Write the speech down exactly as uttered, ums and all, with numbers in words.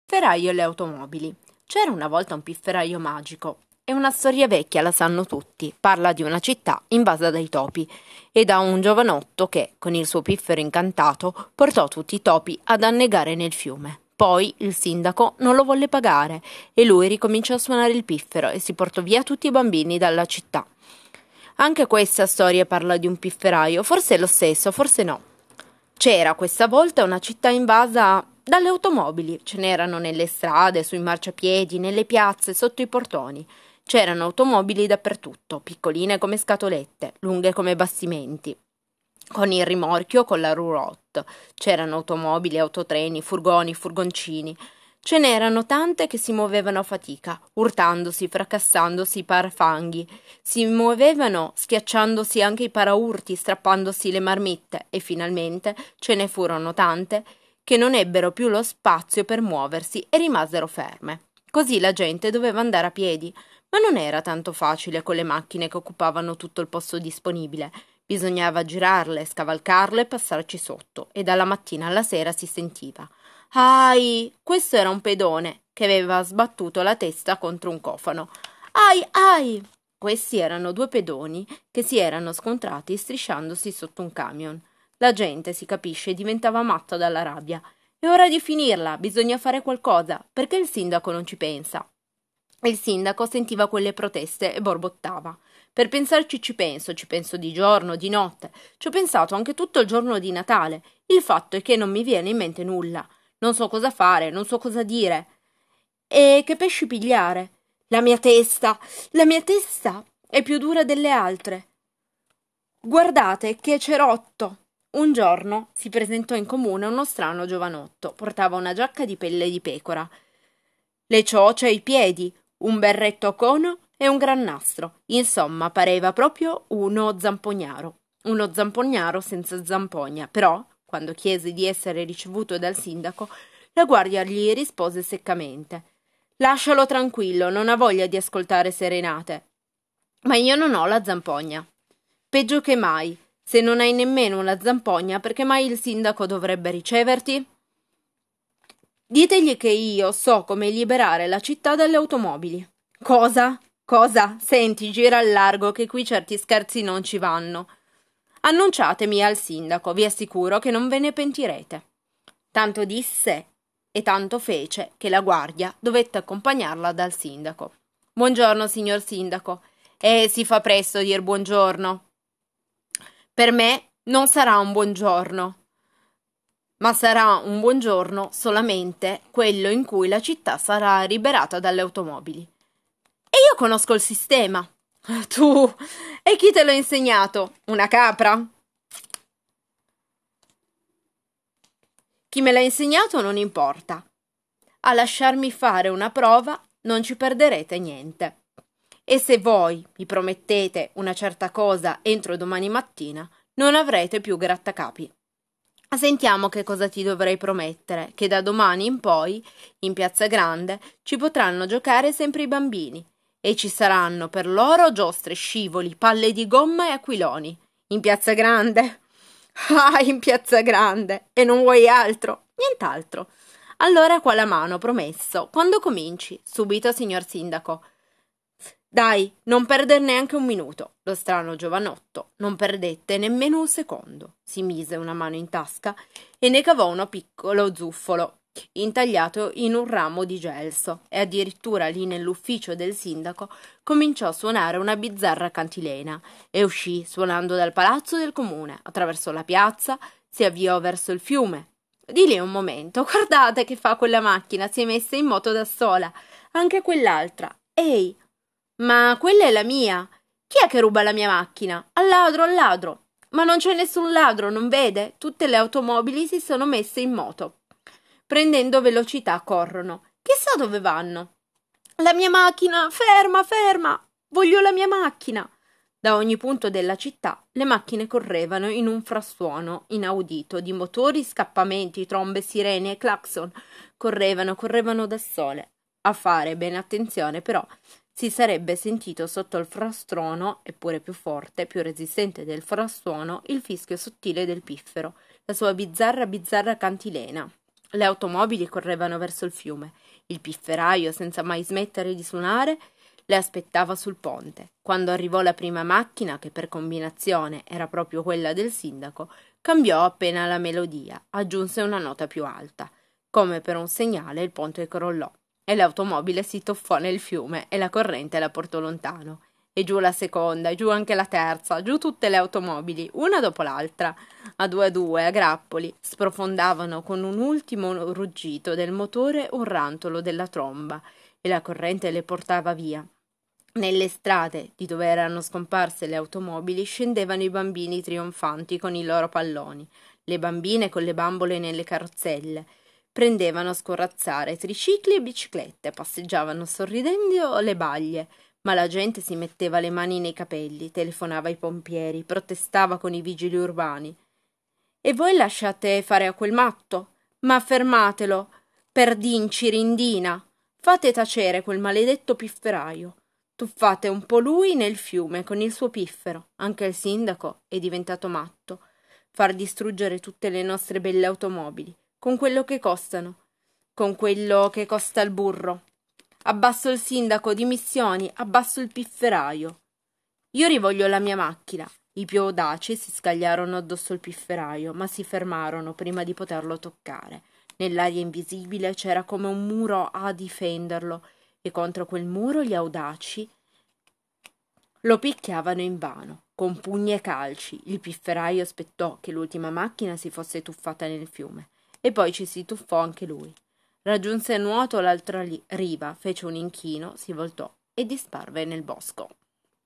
Pifferaio e le automobili. C'era una volta un pifferaio magico. È una storia vecchia, la sanno tutti. Parla di una città invasa dai topi e da un giovanotto che, con il suo piffero incantato, portò tutti i topi ad annegare nel fiume. Poi il sindaco non lo volle pagare e lui ricominciò a suonare il piffero e si portò via tutti i bambini dalla città. Anche questa storia parla di un pifferaio, forse è lo stesso, forse no. C'era questa volta una città invasa dalle automobili, ce n'erano nelle strade, sui marciapiedi, nelle piazze, sotto i portoni. C'erano automobili dappertutto, piccoline come scatolette, lunghe come bastimenti, con il rimorchio, con la roulotte. C'erano automobili, autotreni, furgoni, furgoncini. Ce n'erano tante che si muovevano a fatica, urtandosi, fracassandosi i parafanghi. Si muovevano schiacciandosi anche i paraurti, strappandosi le marmitte, e finalmente ce ne furono tante che non ebbero più lo spazio per muoversi e rimasero ferme. Così la gente doveva andare a piedi, ma non era tanto facile con le macchine che occupavano tutto il posto disponibile. Bisognava girarle, scavalcarle e passarci sotto, e dalla mattina alla sera si sentiva. Ai, questo era un pedone che aveva sbattuto la testa contro un cofano. Ai, ai! Questi erano due pedoni che si erano scontrati strisciandosi sotto un camion. La gente, si capisce, diventava matta dalla rabbia. È ora di finirla, bisogna fare qualcosa, perché il sindaco non ci pensa. Il sindaco sentiva quelle proteste e borbottava. Per pensarci ci penso, ci penso di giorno, di notte. Ci ho pensato anche tutto il giorno di Natale. Il fatto è che non mi viene in mente nulla. Non so cosa fare, non so cosa dire. E che pesci pigliare? La mia testa, la mia testa è più dura delle altre. Guardate che cerotto! Un giorno si presentò in comune uno strano giovanotto. Portava una giacca di pelle di pecora, le ciocce ai piedi, un berretto a cono e un gran nastro. Insomma, pareva proprio uno zampognaro. Uno zampognaro senza zampogna. Però, quando chiese di essere ricevuto dal sindaco, la guardia gli rispose seccamente: «Lascialo tranquillo, non ha voglia di ascoltare serenate». «Ma io non ho la zampogna». «Peggio che mai. Se non hai nemmeno una zampogna, perché mai il sindaco dovrebbe riceverti?» «Ditegli che io so come liberare la città dalle automobili». «Cosa? Cosa? Senti, gira al largo che qui certi scherzi non ci vanno. Annunciatemi al sindaco, vi assicuro che non ve ne pentirete». Tanto disse e tanto fece che la guardia dovette accompagnarla dal sindaco. «Buongiorno, signor sindaco». «Eh, si fa presto dir buongiorno». «Per me non sarà un buongiorno, ma sarà un buongiorno solamente quello in cui la città sarà liberata dalle automobili». «E io conosco il sistema». «Tu? E chi te l'ha insegnato? Una capra?» «Chi me l'ha insegnato non importa. A lasciarmi fare una prova non ci perderete niente. E se voi mi promettete una certa cosa entro domani mattina, non avrete più grattacapi. Sentiamo che cosa ti dovrei promettere, che da domani in poi, in Piazza Grande, ci potranno giocare sempre i bambini, e ci saranno per loro giostre, scivoli, palle di gomma e aquiloni. In Piazza Grande? Ah, in Piazza Grande! E non vuoi altro? Nient'altro. Allora qua la mano, promesso. Quando cominci? Subito, signor sindaco». «Dai, non perder neanche un minuto». Lo strano giovanotto non perdette nemmeno un secondo. Si mise una mano in tasca e ne cavò uno piccolo zuffolo, intagliato in un ramo di gelso, e addirittura lì nell'ufficio del sindaco cominciò a suonare una bizzarra cantilena e uscì suonando dal palazzo del comune, attraversò la piazza, si avviò verso il fiume. «Di lì un momento, guardate che fa quella macchina, si è messa in moto da sola, anche quell'altra. Ehi! Ma quella è la mia. Chi è che ruba la mia macchina? Al ladro, al ladro». «Ma non c'è nessun ladro, non vede? Tutte le automobili si sono messe in moto. Prendendo velocità corrono. Chissà dove vanno». «La mia macchina! Ferma, ferma! Voglio la mia macchina!» Da ogni punto della città le macchine correvano in un frastuono inaudito di motori, scappamenti, trombe, sirene e clacson. Correvano, correvano da sole. A fare bene attenzione, però, si sarebbe sentito sotto il frastuono, eppure più forte, più resistente del frastuono, il fischio sottile del piffero, la sua bizzarra bizzarra cantilena. Le automobili correvano verso il fiume. Il pifferaio, senza mai smettere di suonare, le aspettava sul ponte. Quando arrivò la prima macchina, che per combinazione era proprio quella del sindaco, cambiò appena la melodia, aggiunse una nota più alta. Come per un segnale il ponte crollò e l'automobile si tuffò nel fiume e la corrente la portò lontano. E giù la seconda, e giù anche la terza, giù tutte le automobili, una dopo l'altra, a due a due, a grappoli, sprofondavano con un ultimo ruggito del motore un rantolo della tromba, e la corrente le portava via. Nelle strade, di dove erano scomparse le automobili, scendevano i bambini trionfanti con i loro palloni, le bambine con le bambole nelle carrozzelle. Prendevano a scorazzare tricicli e biciclette, passeggiavano sorridendo le baglie, ma la gente si metteva le mani nei capelli, telefonava ai pompieri, protestava con i vigili urbani. E voi lasciate fare a quel matto? Ma fermatelo, per dinci rindina! Fate tacere quel maledetto pifferaio. Tuffate un po' lui nel fiume con il suo piffero. Anche il sindaco è diventato matto. Far distruggere tutte le nostre belle automobili, con quello che costano, con quello che costa il burro. Abbasso il sindaco, dimissioni, abbasso il pifferaio. Io rivoglio la mia macchina. I più audaci si scagliarono addosso al pifferaio, ma si fermarono prima di poterlo toccare. Nell'aria invisibile c'era come un muro a difenderlo, e contro quel muro gli audaci lo picchiavano invano, con pugni e calci. Il pifferaio aspettò che l'ultima macchina si fosse tuffata nel fiume, e poi ci si tuffò anche lui. Raggiunse a nuoto l'altra riva, fece un inchino, si voltò e disparve nel bosco.